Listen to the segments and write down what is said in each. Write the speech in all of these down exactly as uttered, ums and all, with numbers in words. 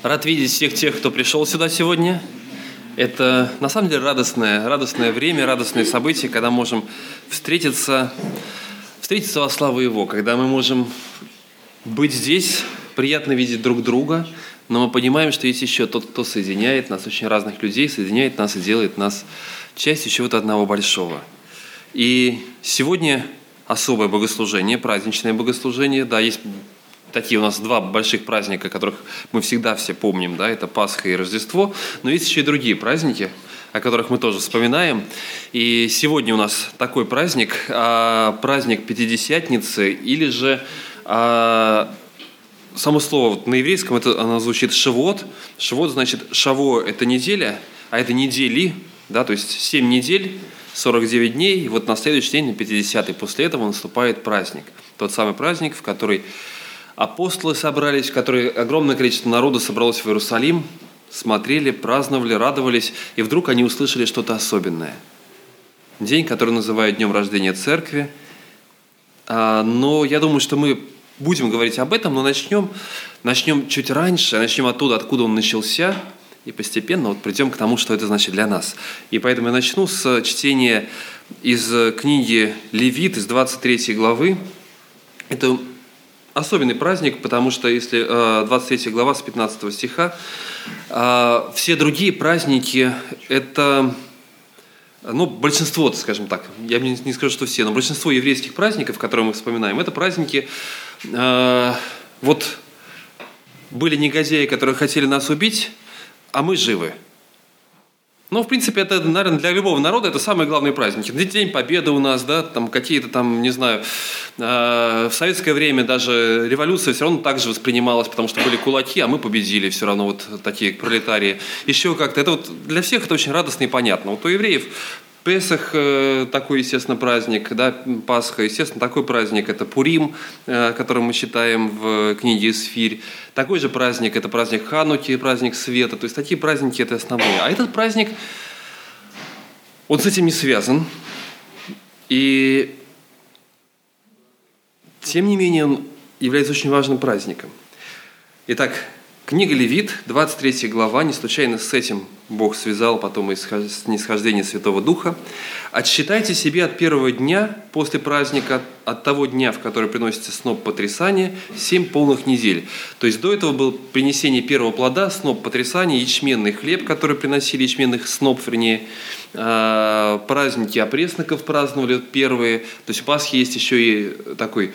Рад видеть всех тех, кто пришел сюда сегодня. Это на самом деле радостное, радостное время, радостное событие, когда можем встретиться, встретиться во славу Его, когда мы можем быть здесь, приятно видеть друг друга, но мы понимаем, что есть еще тот, кто соединяет нас, очень разных людей, соединяет нас и делает нас частью чего-то одного большого. И сегодня особое богослужение, праздничное богослужение, да, есть такие у нас два больших праздника, которых мы всегда все помним, да, это Пасха и Рождество, но есть еще и другие праздники, о которых мы тоже вспоминаем. И сегодня у нас такой праздник, а, праздник Пятидесятницы, или же а, само слово вот на еврейском, это, оно звучит «шавуот». «Шавуот» значит «шаво» – это неделя, а это недели, да, то есть семь недель, сорок девять дней, и вот на следующий день, на пятидесятый, после этого наступает праздник. Тот самый праздник, в который апостолы собрались, в который огромное количество народа собралось в Иерусалим, смотрели, праздновали, радовались, и вдруг они услышали что-то особенное. День, который называют Днем рождения Церкви. Но я думаю, что мы будем говорить об этом, но начнем, начнем чуть раньше, начнем оттуда, откуда он начался, и постепенно вот придем к тому, что это значит для нас. И поэтому я начну с чтения из книги Левит, из двадцать третьей главы. Это особенный праздник, потому что если двадцать третья глава с пятнадцатого стиха, все другие праздники – это, ну, большинство, скажем так, я не скажу, что все, но большинство еврейских праздников, которые мы вспоминаем, это праздники, вот были негодяи, которые хотели нас убить, а мы живы. Ну, в принципе, это, наверное, для любого народа это самые главные праздники. День Победы у нас, да, там какие-то там, не знаю, э, в советское время даже революция все равно так же воспринималась, потому что были кулаки, а мы победили все равно, вот такие пролетарии. Еще как-то, это вот для всех это очень радостно и понятно. Вот у евреев Песах э, такой, естественно, праздник, да, Пасха, естественно, такой праздник, это Пурим, э, который мы читаем в книге Исфирь. Такой же праздник, это праздник Хануки, праздник света, то есть такие праздники это основные. А этот праздник, он с этим не связан, и тем не менее он является очень важным праздником. Итак, книга Левит, двадцать третья глава, не случайно с этим Бог связал потом и снисхождение Святого Духа. «Отсчитайте себе от первого дня после праздника, от того дня, в который приносится сноп потрясания, семь полных недель». То есть до этого было принесение первого плода, сноп потрясания, ячменный хлеб, который приносили, ячменных сноп, вернее, праздники опресноков праздновали первые. То есть у Пасхи есть еще и такой,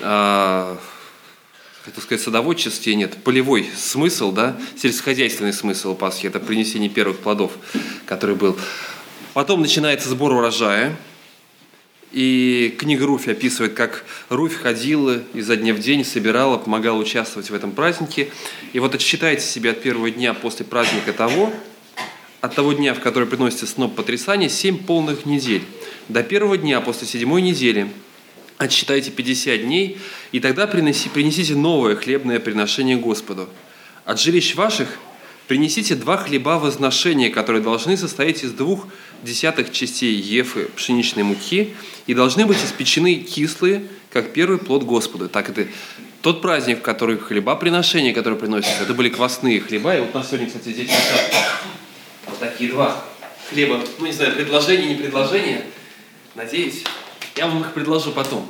как сказать, садоводческий, нет, полевой смысл, да, сельскохозяйственный смысл Пасхи, это принесение первых плодов, который был. Потом начинается сбор урожая, и книга Руфь описывает, как Руфь ходила изо дня в день, собирала, помогала участвовать в этом празднике. И вот отсчитайте себе от первого дня после праздника того, от того дня, в который приносится сноп потрясания, семь полных недель. До первого дня после седьмой недели отсчитайте пятьдесят дней, и тогда принеси, принесите новое хлебное приношение Господу. От жилищ ваших принесите два хлеба возношения, которые должны состоять из двух десятых частей ефы пшеничной муки и должны быть испечены кислые, как первый плод Господу. Так это тот праздник, в который хлеба приношения, которые приносятся, это были квасные хлеба. И вот у нас сегодня, кстати, здесь вот такие два хлеба. Ну, не знаю, предложение, не предложение. Надеюсь. Я вам их предложу потом.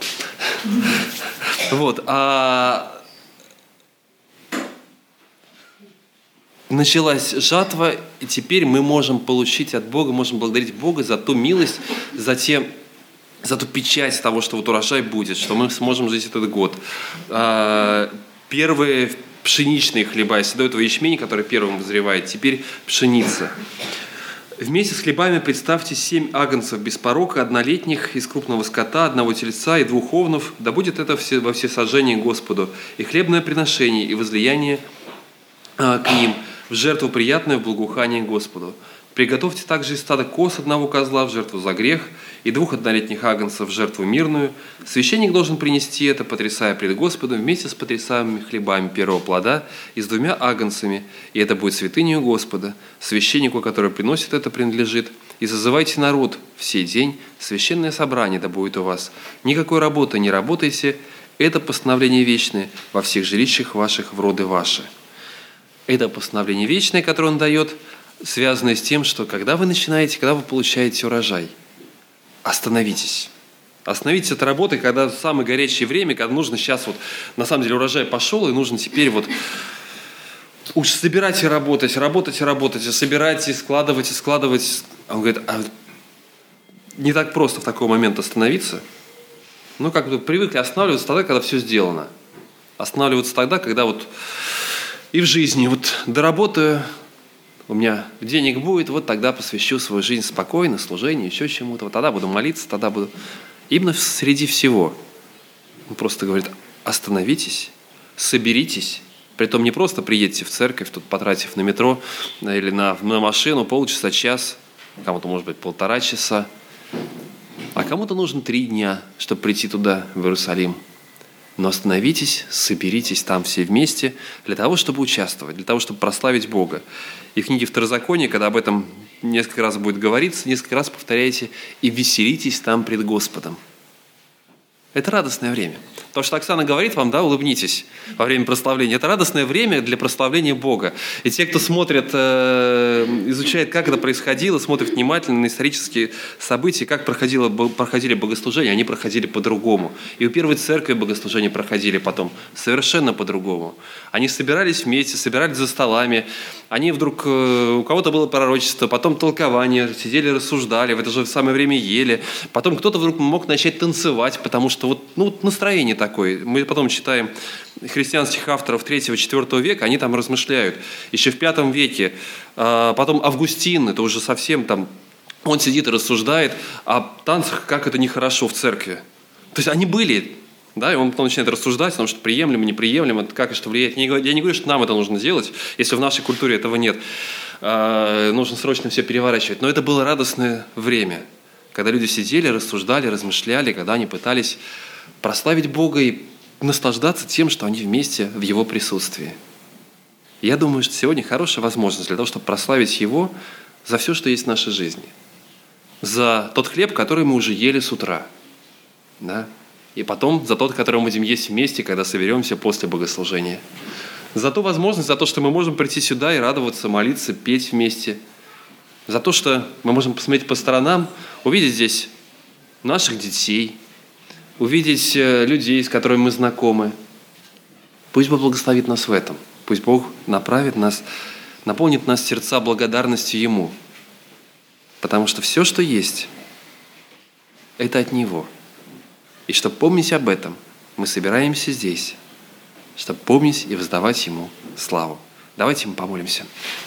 Вот. А... Началась жатва, и теперь мы можем получить от Бога, можем благодарить Бога за ту милость, за, те, за ту печать того, что вот урожай будет, что мы сможем жить этот год. А... Первые пшеничные хлеба, если до этого ячмень, который первым вызревает, теперь пшеница. Вместе с хлебами представьте семь агнцев без порока, однолетних, из крупного скота, одного тельца и двух овнов, да будет это все, во всесожжение Господу, и хлебное приношение, и возлияние а, к ним, в жертву приятное, в благоухание Господу. Приготовьте также из стада коз одного козла в жертву за грех и двух однолетних агнцев в жертву мирную. Священник должен принести это, потрясая пред Господом, вместе с потрясаемыми хлебами первого плода и с двумя агнцами, и это будет святынею Господа. Священнику, который приносит это, принадлежит. И зазывайте народ в сей день, священное собрание да будет у вас. Никакой работы не работайте, это постановление вечное во всех жилищах ваших в роды ваши». Это постановление вечное, которое Он дает, связанное с тем, что когда вы начинаете, когда вы получаете урожай, остановитесь. Остановитесь от работы, когда в самое горячее время, когда нужно сейчас вот, на самом деле урожай пошел, и нужно теперь вот уж собирать и работать, работать и работать, и собирать, и складывать, и складывать. Он говорит, а не так просто в такой момент остановиться. Ну, как бы привыкли останавливаться тогда, когда все сделано. Останавливаться тогда, когда вот и в жизни вот доработаю, у меня денег будет, вот тогда посвящу свою жизнь спокойно, служению, еще чему-то. Вот тогда буду молиться, тогда буду... Именно среди всего. Он просто говорит, остановитесь, соберитесь. Притом не просто приедете в церковь, тут потратив на метро или на, на машину полчаса, час, кому-то может быть полтора часа, а кому-то нужно три дня, чтобы прийти туда, в Иерусалим. Но остановитесь, соберитесь там все вместе для того, чтобы участвовать, для того, чтобы прославить Бога. И в книге Второзакония, когда об этом несколько раз будет говориться, несколько раз повторяйте «и веселитесь там пред Господом». Это радостное время. То, что Оксана говорит вам, да, улыбнитесь во время прославления. Это радостное время для прославления Бога. И те, кто смотрит, э, изучает, как это происходило, смотрит внимательно на исторические события, как проходило, проходили богослужения, они проходили по-другому. И у первой церкви богослужения проходили потом совершенно по-другому. Они собирались вместе, собирались за столами. Они вдруг, э, у кого-то было пророчество, потом толкование, сидели, рассуждали, в это же самое время ели. Потом кто-то вдруг мог начать танцевать, потому что вот, ну, настроение такое. Мы потом читаем христианских авторов третьего-четвёртого века, они там размышляют. Еще в пятом веке, а потом Августин, это уже совсем там, он сидит и рассуждает о танцах, как это нехорошо в церкви. То есть они были, да, и он потом начинает рассуждать о том, что приемлемо, неприемлемо, как и что влияет. Я не говорю, что нам это нужно делать, если в нашей культуре этого нет. Нужно срочно все переворачивать. Но это было радостное время, когда люди сидели, рассуждали, размышляли, когда они пытались прославить Бога и наслаждаться тем, что они вместе в Его присутствии. Я думаю, что сегодня хорошая возможность для того, чтобы прославить Его за все, что есть в нашей жизни. За тот хлеб, который мы уже ели с утра. Да? И потом за тот, который мы будем есть вместе, когда соберемся после богослужения. За ту возможность, за то, что мы можем прийти сюда и радоваться, молиться, петь вместе. За то, что мы можем посмотреть по сторонам, увидеть здесь наших детей, увидеть людей, с которыми мы знакомы. Пусть Бог благословит нас в этом. Пусть Бог направит нас, наполнит нас сердца благодарностью Ему. Потому что все, что есть, это от Него. И чтобы помнить об этом, мы собираемся здесь, чтобы помнить и воздавать Ему славу. Давайте мы помолимся.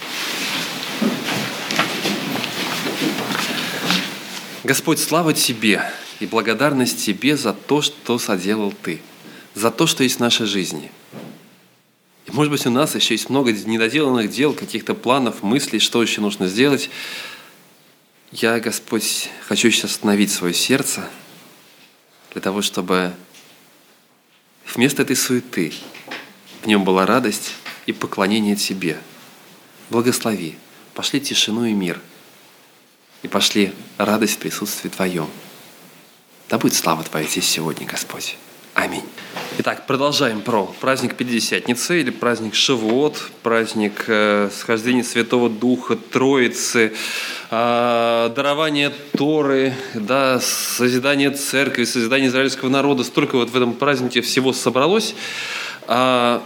Господь, слава Тебе и благодарность Тебе за то, что соделал Ты, за то, что есть в нашей жизни. И, может быть, у нас еще есть много недоделанных дел, каких-то планов, мыслей, что еще нужно сделать. Я, Господь, хочу сейчас остановить свое сердце для того, чтобы вместо этой суеты в нем была радость и поклонение Тебе. Благослови, пошли тишину и мир, и пошли радость в присутствии Твоем. Да будет слава Твоя здесь сегодня, Господь. Аминь. Итак, продолжаем про праздник Пятидесятницы или праздник Шавуот, праздник э, схождения Святого Духа, Троицы, э, дарование Торы, да, созидание церкви, созидание израильского народа. Столько вот в этом празднике всего собралось. Э,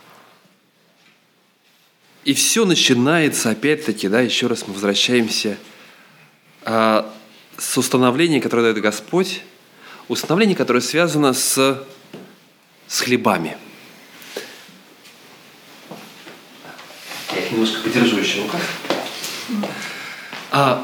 и все начинается, опять-таки, да, еще раз мы возвращаемся э, с установления, которое дает Господь, установление, которое связано с, с хлебами. Я их немножко подержу еще в руках. А,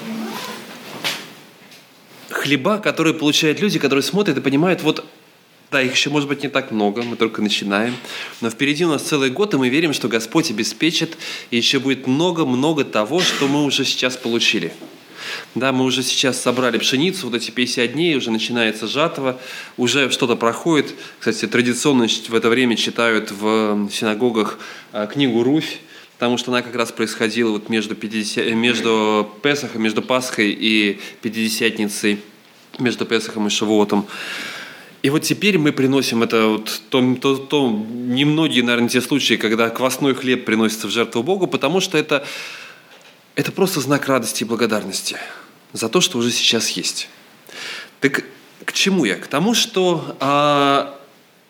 хлеба, которые получают люди, которые смотрят и понимают, вот, да, их еще, может быть, не так много, мы только начинаем, но впереди у нас целый год, и мы верим, что Господь обеспечит, и еще будет много-много того, что мы уже сейчас получили. Да, мы уже сейчас собрали пшеницу, вот эти пятьдесят дней, уже начинается жатва, уже что-то проходит. Кстати, традиционно в это время читают в синагогах книгу «Руфь», потому что она как раз происходила вот между, пятьдесят, между Песахом, между Пасхой и Пятидесятницей, между Песахом и Шавуотом. И вот теперь мы приносим это, вот, то, то, то немногие, наверное, те случаи, когда квасной хлеб приносится в жертву Богу, потому что это, это просто знак радости и благодарности за то, что уже сейчас есть. Так к чему я? К тому, что а,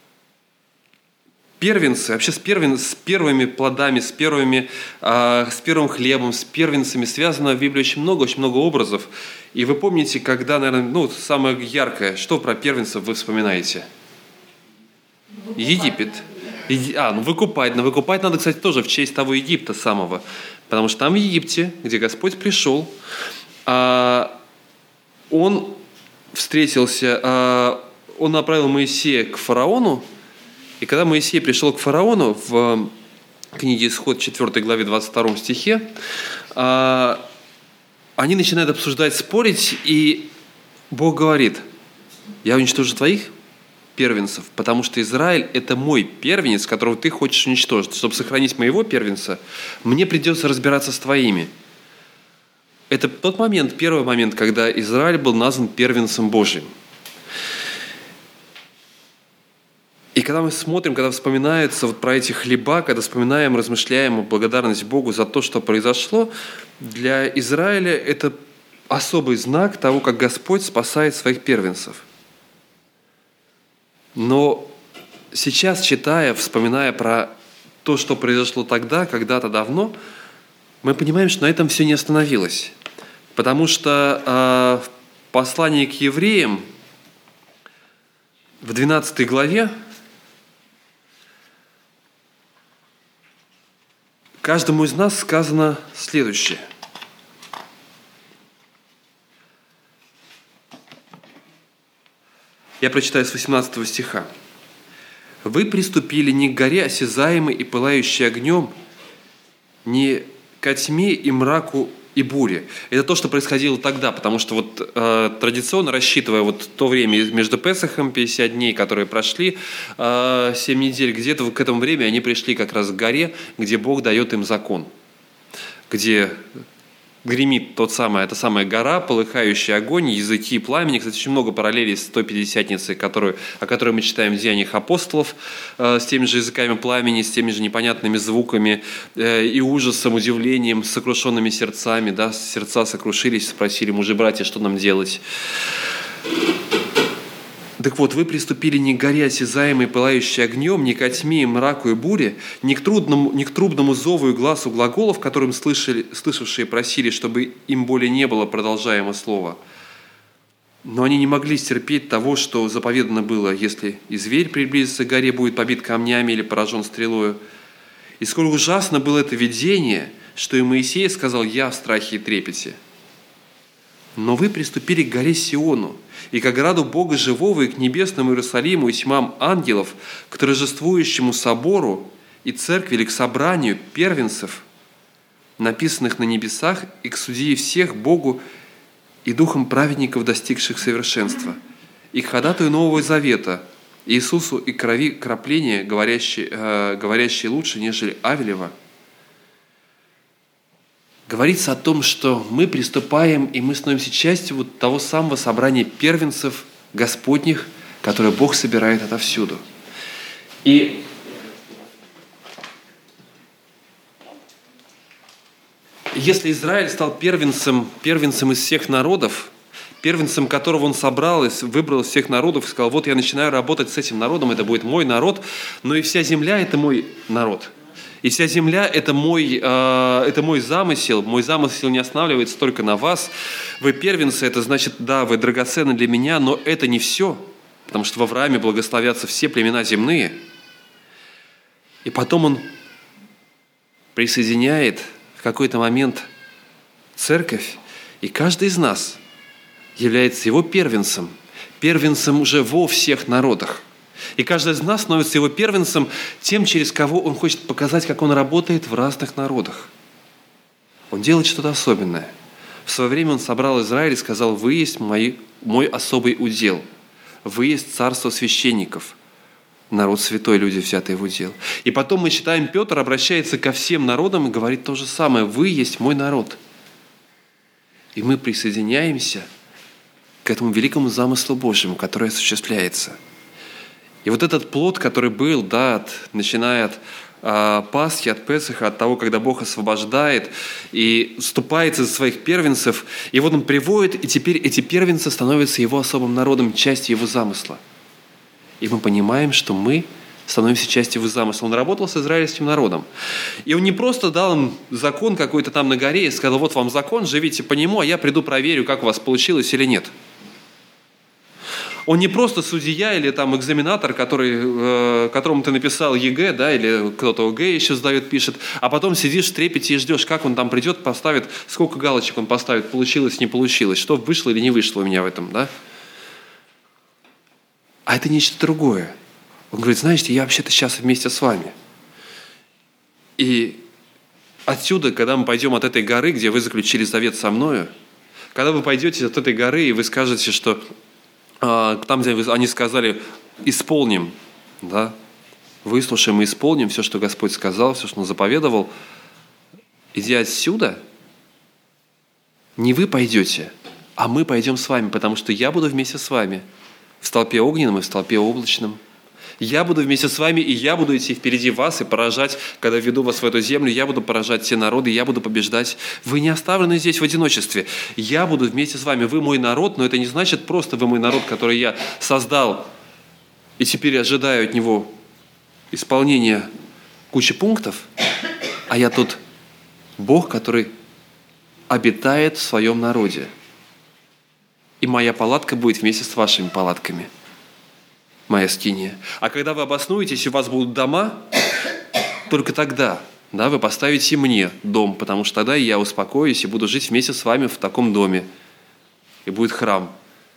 первенцы, вообще с, первен, с первыми плодами, с, первыми, а, с первым хлебом, с первенцами связано в Библии очень много, очень много образов. И вы помните, когда, наверное, ну, самое яркое, что про первенцев вы вспоминаете? Египет. А, ну выкупать. Но выкупать надо, кстати, тоже в честь того Египта самого. Потому что там в Египте, где Господь пришел, а, Он встретился, а, Он направил Моисея к фараону. И когда Моисей пришел к фараону в книге Исход, четвёртой главе, двадцать втором стихе, а, они начинают обсуждать, спорить, и Бог говорит: я уничтожу твоих первенцев, потому что Израиль – это мой первенец, которого ты хочешь уничтожить. Чтобы сохранить моего первенца, мне придется разбираться с твоими. Это тот момент, первый момент, когда Израиль был назван первенцем Божьим. И когда мы смотрим, когда вспоминается вот про эти хлеба, когда вспоминаем, размышляем о благодарности Богу за то, что произошло, для Израиля это особый знак того, как Господь спасает своих первенцев. Но сейчас, читая, вспоминая про то, что произошло тогда, когда-то давно, мы понимаем, что на этом все не остановилось. Потому что э, в послании к евреям в двенадцатой главе каждому из нас сказано следующее. Я прочитаю с восемнадцатого стиха. «Вы приступили не к горе осязаемой и пылающей огнем, не ко тьме и мраку и буре». Это то, что происходило тогда, потому что вот, э, традиционно, рассчитывая вот то время между Песахом, пятьдесят дней, которые прошли, э, семь недель, где-то к этому времени они пришли как раз к горе, где Бог дает им закон, где гремит тот самый, эта самая гора, полыхающий огонь, языки и пламени. Кстати, очень много параллелей с той Пятидесятницей, которую, о которой мы читаем в Деяниях апостолов, э, с теми же языками пламени, с теми же непонятными звуками э, и ужасом, удивлением, с сокрушенными сердцами. Да? Сердца сокрушились, спросили мужи-братья, что нам делать. Так вот, вы приступили не к горе осязаемой, пылающей огнем, не ко тьме, мраку и буре, не к трудному, не к трубному зову и глазу глаголов, которым слышали, слышавшие просили, чтобы им более не было продолжаемо слова. Но они не могли стерпеть того, что заповедано было: если и зверь приблизится к горе, будет побит камнями или поражен стрелою. И сколь ужасно было это видение, что и Моисей сказал: я в страхе и трепете. Но вы приступили к горе Сиону, и к ограду Бога живого, и к небесному Иерусалиму, и тьмам ангелов, к торжествующему собору и церкви, или к собранию первенцев, написанных на небесах, и к судье всех Богу и духам праведников, достигших совершенства, и к ходатаю Нового Завета, Иисусу и крови крапления, говорящей, э, говорящей лучше, нежели Авелева. Говорится о том, что мы приступаем, и мы становимся частью вот того самого собрания первенцев Господних, которое Бог собирает отовсюду. И если Израиль стал первенцем, первенцем из всех народов, первенцем, которого он собрал, выбрал из всех народов и сказал: вот я начинаю работать с этим народом, это будет мой народ, но и вся земля – это мой народ. И вся земля – это мой, э, это мой замысел. Мой замысел не останавливается только на вас. Вы первенцы, это значит, да, вы драгоценны для меня, но это не все, потому что в Аврааме благословятся все племена земные. И потом он присоединяет в какой-то момент церковь, и каждый из нас является его первенцем, первенцем уже во всех народах. И каждый из нас становится его первенцем, тем, через кого он хочет показать, как он работает в разных народах. Он делает что-то особенное. В свое время он собрал Израиль и сказал: вы есть мой, мой особый удел. Вы есть царство священников. Народ святой, люди взятые в удел. И потом мы читаем, Петр обращается ко всем народам и говорит то же самое: вы есть мой народ. И мы присоединяемся к этому великому замыслу Божьему, который осуществляется. И вот этот плод, который был, да, от, начиная от а, Пасхи, от Песаха, от того, когда Бог освобождает и вступается за своих первенцев, и вот Он приводит, и теперь эти первенцы становятся Его особым народом, частью Его замысла. И мы понимаем, что мы становимся частью Его замысла. Он работал с израильским народом. И Он не просто дал им закон какой-то там на горе и сказал: вот вам закон, живите по нему, а я приду проверю, как у вас получилось или нет. Он не просто судья или там экзаменатор, который, э, которому ты написал ЕГЭ, да, или кто-то ОГЭ еще сдает, пишет, а потом сидишь в трепете и ждешь, как он там придет, поставит, сколько галочек он поставит, получилось, не получилось, что вышло или не вышло у меня в этом, да. А это нечто другое. Он говорит: знаете, я вообще-то сейчас вместе с вами. И отсюда, когда мы пойдем от этой горы, где вы заключили завет со мною, когда вы пойдете от этой горы, и вы скажете, что там, где они сказали: исполним, да, выслушаем и исполним все, что Господь сказал, все, что Он заповедовал, идя отсюда, не вы пойдете, а мы пойдем с вами, потому что я буду вместе с вами в столпе огненном и в столпе облачном. Я буду вместе с вами, и я буду идти впереди вас и поражать, когда веду вас в эту землю, я буду поражать все народы, я буду побеждать. Вы не оставлены здесь в одиночестве. Я буду вместе с вами. Вы мой народ, но это не значит просто вы мой народ, который я создал, и теперь ожидаю от него исполнения кучи пунктов, а я тот Бог, который обитает в своем народе. И моя палатка будет вместе с вашими палатками. Моя скиния. А когда вы обоснуетесь, и у вас будут дома, только тогда, да, вы поставите мне дом, потому что тогда я успокоюсь и буду жить вместе с вами в таком доме. И будет храм.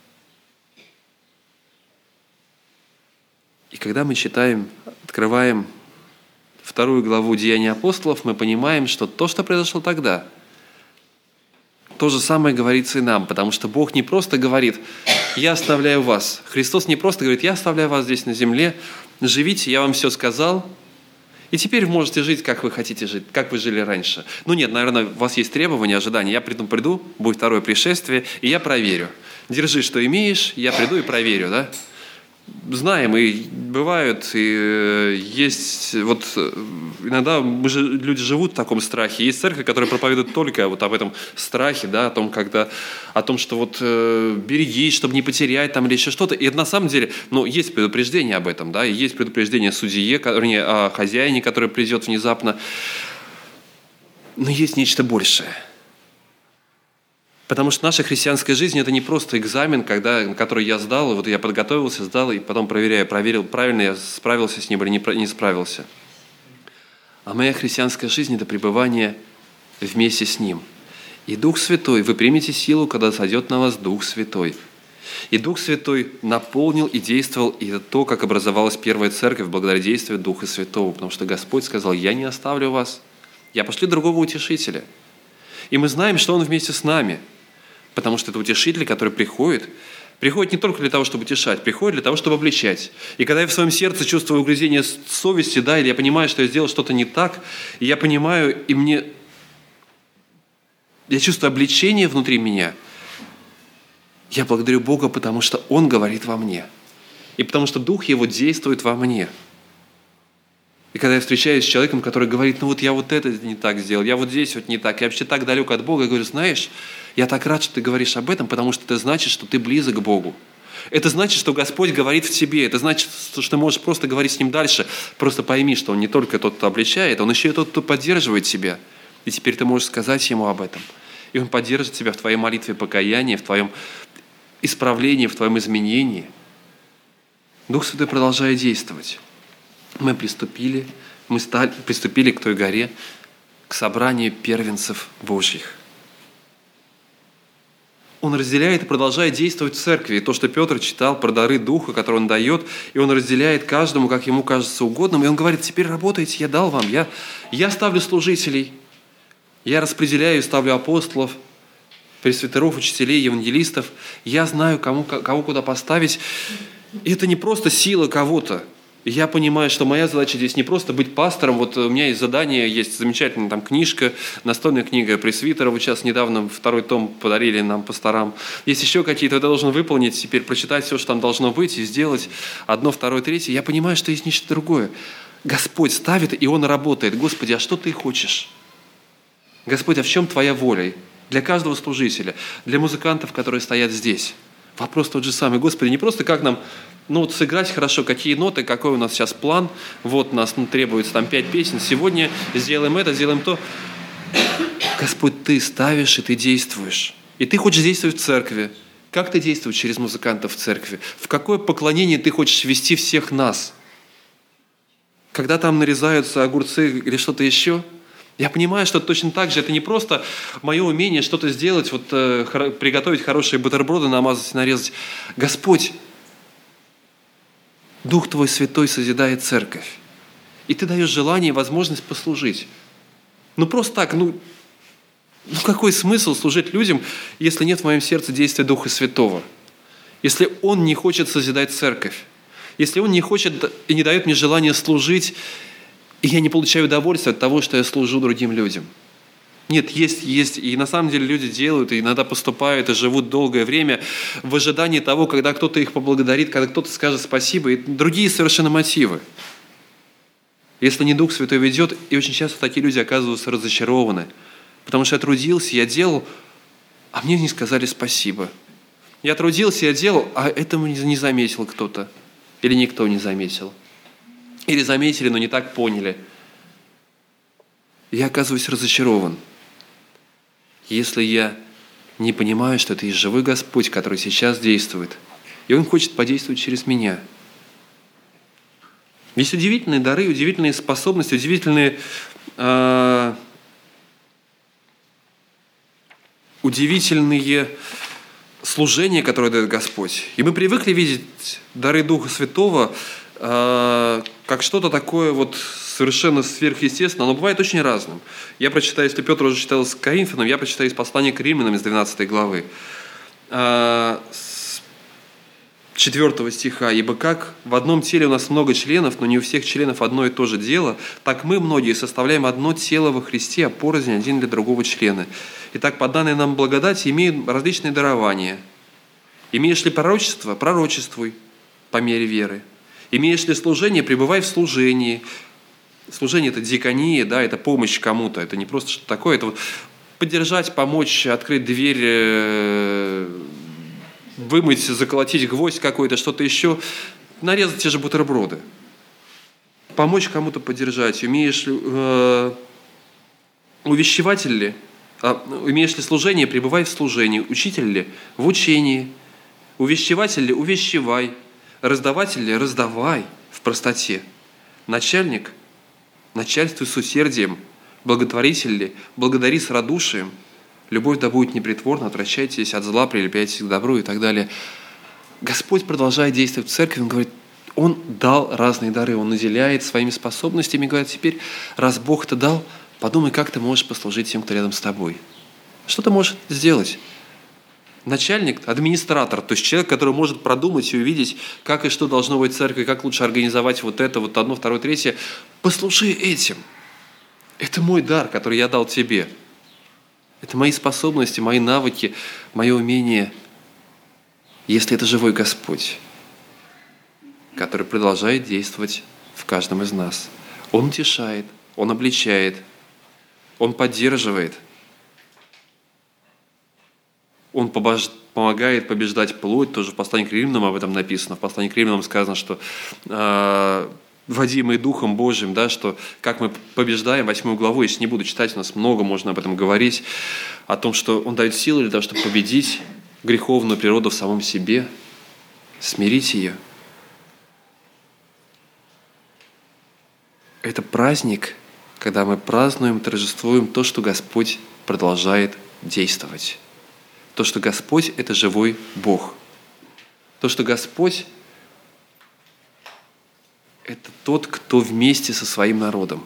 И когда мы читаем, открываем вторую главу Деяний апостолов, мы понимаем, что то, что произошло тогда, то же самое говорится и нам, потому что Бог не просто говорит: я оставляю вас. Христос не просто говорит: я оставляю вас здесь на земле, живите, я вам все сказал, и теперь вы можете жить, как вы хотите жить, как вы жили раньше. Ну нет, наверное, у вас есть требования, ожидания. Я приду, приду, будет второе пришествие, и я проверю. Держи, что имеешь, я приду и проверю, да? Знаем, и бывают, и есть, вот иногда мы же, люди живут в таком страхе. Есть церковь, которая проповедует только вот об этом страхе, да, о том, когда, о том, что вот э, берегись, чтобы не потерять там или еще что-то. И это на самом деле, ну, есть предупреждение об этом, да, и есть предупреждение о судье, вернее, о хозяине, который придет внезапно. Но есть нечто большее. Потому что наша христианская жизнь – это не просто экзамен, когда, который я сдал, и вот я подготовился, сдал, и потом проверяю, проверил, правильно я справился с ним или не, не справился. А моя христианская жизнь – это пребывание вместе с Ним. И Дух Святой, вы примете силу, когда сойдет на вас Дух Святой. И Дух Святой наполнил и действовал, и это то, как образовалась первая церковь, благодаря действию Духа Святого. Потому что Господь сказал: я не оставлю вас, я пошлю другого утешителя. И мы знаем, что Он вместе с нами. Потому что это утешитель, который приходит, приходит не только для того, чтобы утешать, приходит для того, чтобы обличать. И когда я в своем сердце чувствую угрызение совести, да, или я понимаю, что я сделал что-то не так, и я понимаю, и мне... Я чувствую обличение внутри меня, я благодарю Бога, потому что Он говорит во мне. И потому что Дух Его действует во мне. И когда я встречаюсь с человеком, который говорит: ну вот я вот это не так сделал, я вот здесь вот не так, я вообще так далек от Бога, я говорю: знаешь, я так рад, что ты говоришь об этом, потому что это значит, что ты близок к Богу. Это значит, что Господь говорит в тебе. Это значит, что ты можешь просто говорить с Ним дальше. Просто пойми, что Он не только тот, кто обличает, Он еще и тот, кто поддерживает тебя. И теперь ты можешь сказать Ему об этом. И Он поддержит тебя в твоей молитве покаяния, в твоем исправлении, в твоем изменении. Дух Святой продолжает действовать. Мы приступили, мы стали, приступили к той горе, к собранию первенцев Божьих. Он разделяет и продолжает действовать в церкви. И то, что Петр читал про дары Духа, которые он дает, и он разделяет каждому, как ему кажется угодным. И он говорит: теперь работайте, я дал вам, я, я ставлю служителей, я распределяю и ставлю апостолов, пресвитеров, учителей, евангелистов. Я знаю, кому, кого куда поставить. И это не просто сила кого-то. И я понимаю, что моя задача здесь не просто быть пастором. Вот у меня есть задание, есть замечательная там книжка, настольная книга пресвитера. Вот сейчас недавно второй том подарили нам пасторам. Есть еще какие-то, я должен выполнить, теперь прочитать все, что там должно быть, и сделать одно, второе, третье. Я понимаю, что есть нечто другое. Господь ставит, и Он работает. Господи, а что Ты хочешь? Господь, а в чем Твоя воля? Для каждого служителя, для музыкантов, которые стоят здесь. Вопрос тот же самый. Господи, не просто как нам ну, вот сыграть хорошо, какие ноты, какой у нас сейчас план. Вот у нас ну, требуется там пять песен. Сегодня сделаем это, сделаем то. Господь, Ты ставишь, и Ты действуешь. И Ты хочешь действовать в церкви. Как Ты действуешь через музыкантов в церкви? В какое поклонение Ты хочешь ввести всех нас? Когда там нарезаются огурцы или что-то еще, я понимаю, что точно так же это не просто мое умение что-то сделать, вот, э, хор- приготовить хорошие бутерброды, намазать, нарезать. Господь, Дух Твой Святой созидает церковь. И Ты даешь желание и возможность послужить. Ну просто так, ну, ну какой смысл служить людям, если нет в моем сердце действия Духа Святого? Если Он не хочет созидать церковь? Если Он не хочет и не дает мне желания служить, и я не получаю удовольствия от того, что я служу другим людям. Нет, есть, есть. И на самом деле люди делают, и иногда поступают, и живут долгое время в ожидании того, когда кто-то их поблагодарит, когда кто-то скажет спасибо, и другие совершенно мотивы. Если не Дух Святой ведет, и очень часто такие люди оказываются разочарованы. Потому что я трудился, я делал, а мне не сказали спасибо. Я трудился, я делал, а этому не заметил кто-то. Или никто не заметил. Или заметили, но не так поняли. Я оказываюсь разочарован. Если я не понимаю, что это есть живой Господь, который сейчас действует, и Он хочет подействовать через меня. Есть удивительные дары, удивительные способности, удивительные, э, удивительные служения, которые дает Господь. И мы привыкли видеть дары Духа Святого э, как что-то такое вот совершенно сверхъестественное, оно бывает очень разным. Я прочитаю, если Петр уже читал с Коринфянам, я прочитаю из послания к Римлянам из двенадцатой главы, э, с четвёртого стиха. «Ибо как в одном теле у нас много членов, но не у всех членов одно и то же дело, так мы, многие, составляем одно тело во Христе, а порознь один для другого члена. Итак, по данной нам благодати имеют различные дарования. Имеешь ли пророчество? Пророчествуй по мере веры. Имеешь ли служение? Пребывай в служении». Служение – это диакония, да, это помощь кому-то. Это не просто что-то такое. Это вот поддержать, помочь, открыть дверь, вымыть, заколотить гвоздь какой-то, что-то еще. Нарезать те же бутерброды. Помочь кому-то поддержать. Умеешь ли, э, увещеватель ли? А, умеешь ли служение? Пребывай в служении. Учитель ли? В учении. Увещеватель ли? Увещевай. Раздаватель ли? Раздавай в простоте. Начальник? Начальствуй с усердием. Благотворитель ли? Благодари с радушием. Любовь да будет непритворна, отвращайтесь от зла, прилепляйтесь к добру и так далее. Господь продолжает действовать в церкви, Он говорит, Он дал разные дары, Он наделяет своими способностями, говорит, теперь, раз Бог это дал, подумай, как ты можешь послужить тем, кто рядом с тобой. Что ты можешь сделать? Начальник, администратор, то есть человек, который может продумать и увидеть, как и что должно быть в церкви, как лучше организовать вот это, вот одно, второе, третье. Послужи этим. Это мой дар, который я дал тебе. Это мои способности, мои навыки, мое умение. Если это живой Господь, который продолжает действовать в каждом из нас. Он утешает, Он обличает, Он поддерживает. Он помогает побеждать плоть, тоже в послании к Римлянам об этом написано. В послании к Римлянам сказано, что э, водимые Духом Божьим, да, что как мы побеждаем, восьмую главу, если не буду читать, у нас много можно об этом говорить, о том, что Он дает силы для того, чтобы победить греховную природу в самом себе, смирить ее. Это праздник, когда мы празднуем, торжествуем то, что Господь продолжает действовать. То, что Господь – это живой Бог. То, что Господь – это тот, кто вместе со своим народом.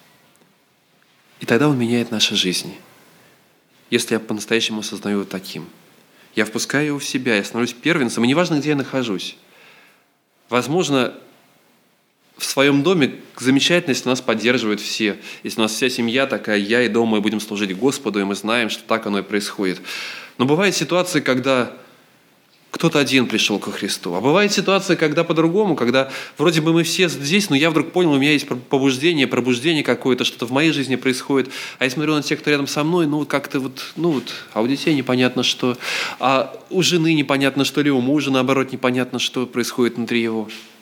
И тогда Он меняет наши жизни. Если я по-настоящему осознаю его таким. Я впускаю его в себя, я становлюсь первенцем, и неважно, где я нахожусь. Возможно, в своем доме замечательно, если нас поддерживают все. Если у нас вся семья такая, я и дом, мы будем служить Господу, и мы знаем, что так оно и происходит. Но бывают ситуации, когда кто-то один пришел ко Христу. А бывает ситуация, когда по-другому, когда вроде бы мы все здесь, но я вдруг понял, у меня есть побуждение, пробуждение какое-то, что-то в моей жизни происходит. А я смотрю на тех, кто рядом со мной, ну как-то вот, ну вот, а у детей непонятно что, а у жены непонятно что, или у мужа, наоборот, непонятно что происходит внутри его.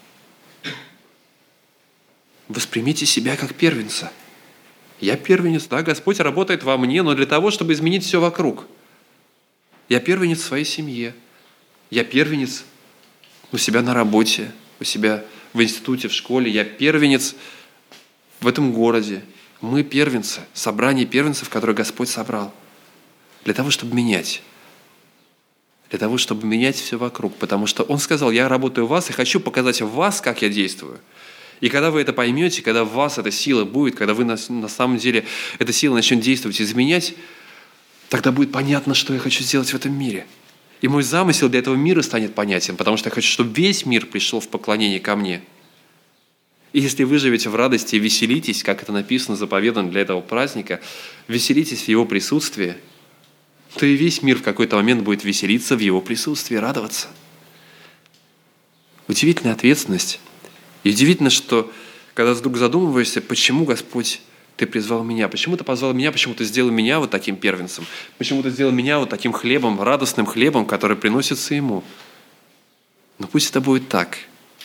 Воспримите себя как первенца. Я первенец, да, Господь работает во мне, но для того, чтобы изменить все вокруг. Я первенец в своей семье. Я первенец у себя на работе, у себя в институте, в школе. Я первенец в этом городе. Мы первенцы, собрание первенцев, которое Господь собрал. Для того, чтобы менять. Для того, чтобы менять все вокруг. Потому что Он сказал, я работаю в вас и хочу показать в вас, как я действую. И когда вы это поймете, когда в вас эта сила будет, когда вы на, на самом деле эта сила начнет действовать, изменять, тогда будет понятно, что я хочу сделать в этом мире. И мой замысел для этого мира станет понятен, потому что я хочу, чтобы весь мир пришел в поклонение ко мне. И если вы живете в радости и веселитесь, как это написано, заповедано для этого праздника, веселитесь в Его присутствии, то и весь мир в какой-то момент будет веселиться в Его присутствии, радоваться. Удивительная ответственность. И удивительно, что когда вдруг задумываешься, почему Господь Ты призвал меня, почему Ты позвал меня, почему Ты сделал меня вот таким первенцем, почему Ты сделал меня вот таким хлебом, радостным хлебом, который приносится Ему. Но пусть это будет так.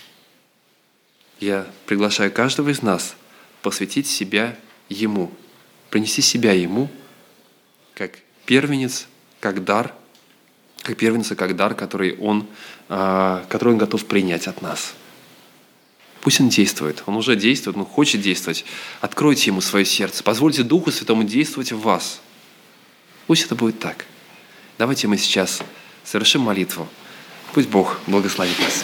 Я приглашаю каждого из нас посвятить себя Ему, принести себя Ему, как первенец, как дар, как первенца, как дар, который Он, который Он готов принять от нас. Пусть Он действует. Он уже действует, Он хочет действовать. Откройте Ему свое сердце. Позвольте Духу Святому действовать в вас. Пусть это будет так. Давайте мы сейчас совершим молитву. Пусть Бог благословит нас.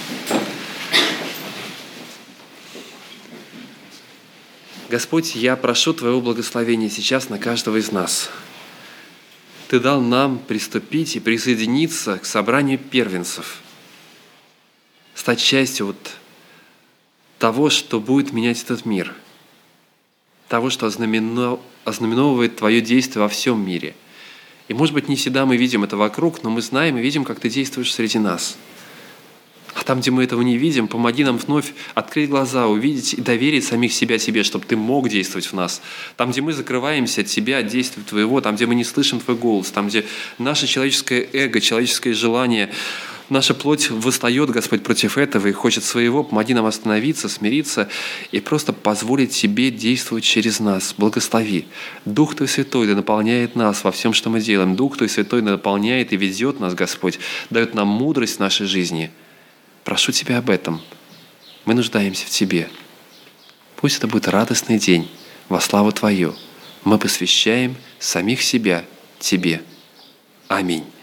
Господь, я прошу Твоего благословения сейчас на каждого из нас. Ты дал нам приступить и присоединиться к собранию первенцев. Стать частью вот того, что будет менять этот мир, того, что ознаменовывает Твое действие во всем мире. И, может быть, не всегда мы видим это вокруг, но мы знаем и видим, как Ты действуешь среди нас. А там, где мы этого не видим, помоги нам вновь открыть глаза, увидеть и доверить самих себя Тебе, чтобы Ты мог действовать в нас. Там, где мы закрываемся от Тебя, от действия Твоего, там, где мы не слышим Твой голос, там, где наше человеческое эго, человеческое желание, наша плоть восстает, Господь, против этого и хочет своего. Помоги нам остановиться, смириться и просто позволить Тебе действовать через нас. Благослови. Дух Твой Святой да наполняет нас во всем, что мы делаем. Дух Твой Святой да наполняет и ведет нас, Господь, дает нам мудрость в нашей жизни. Прошу Тебя об этом. Мы нуждаемся в Тебе. Пусть это будет радостный день во славу Твою. Мы посвящаем самих себя Тебе. Аминь.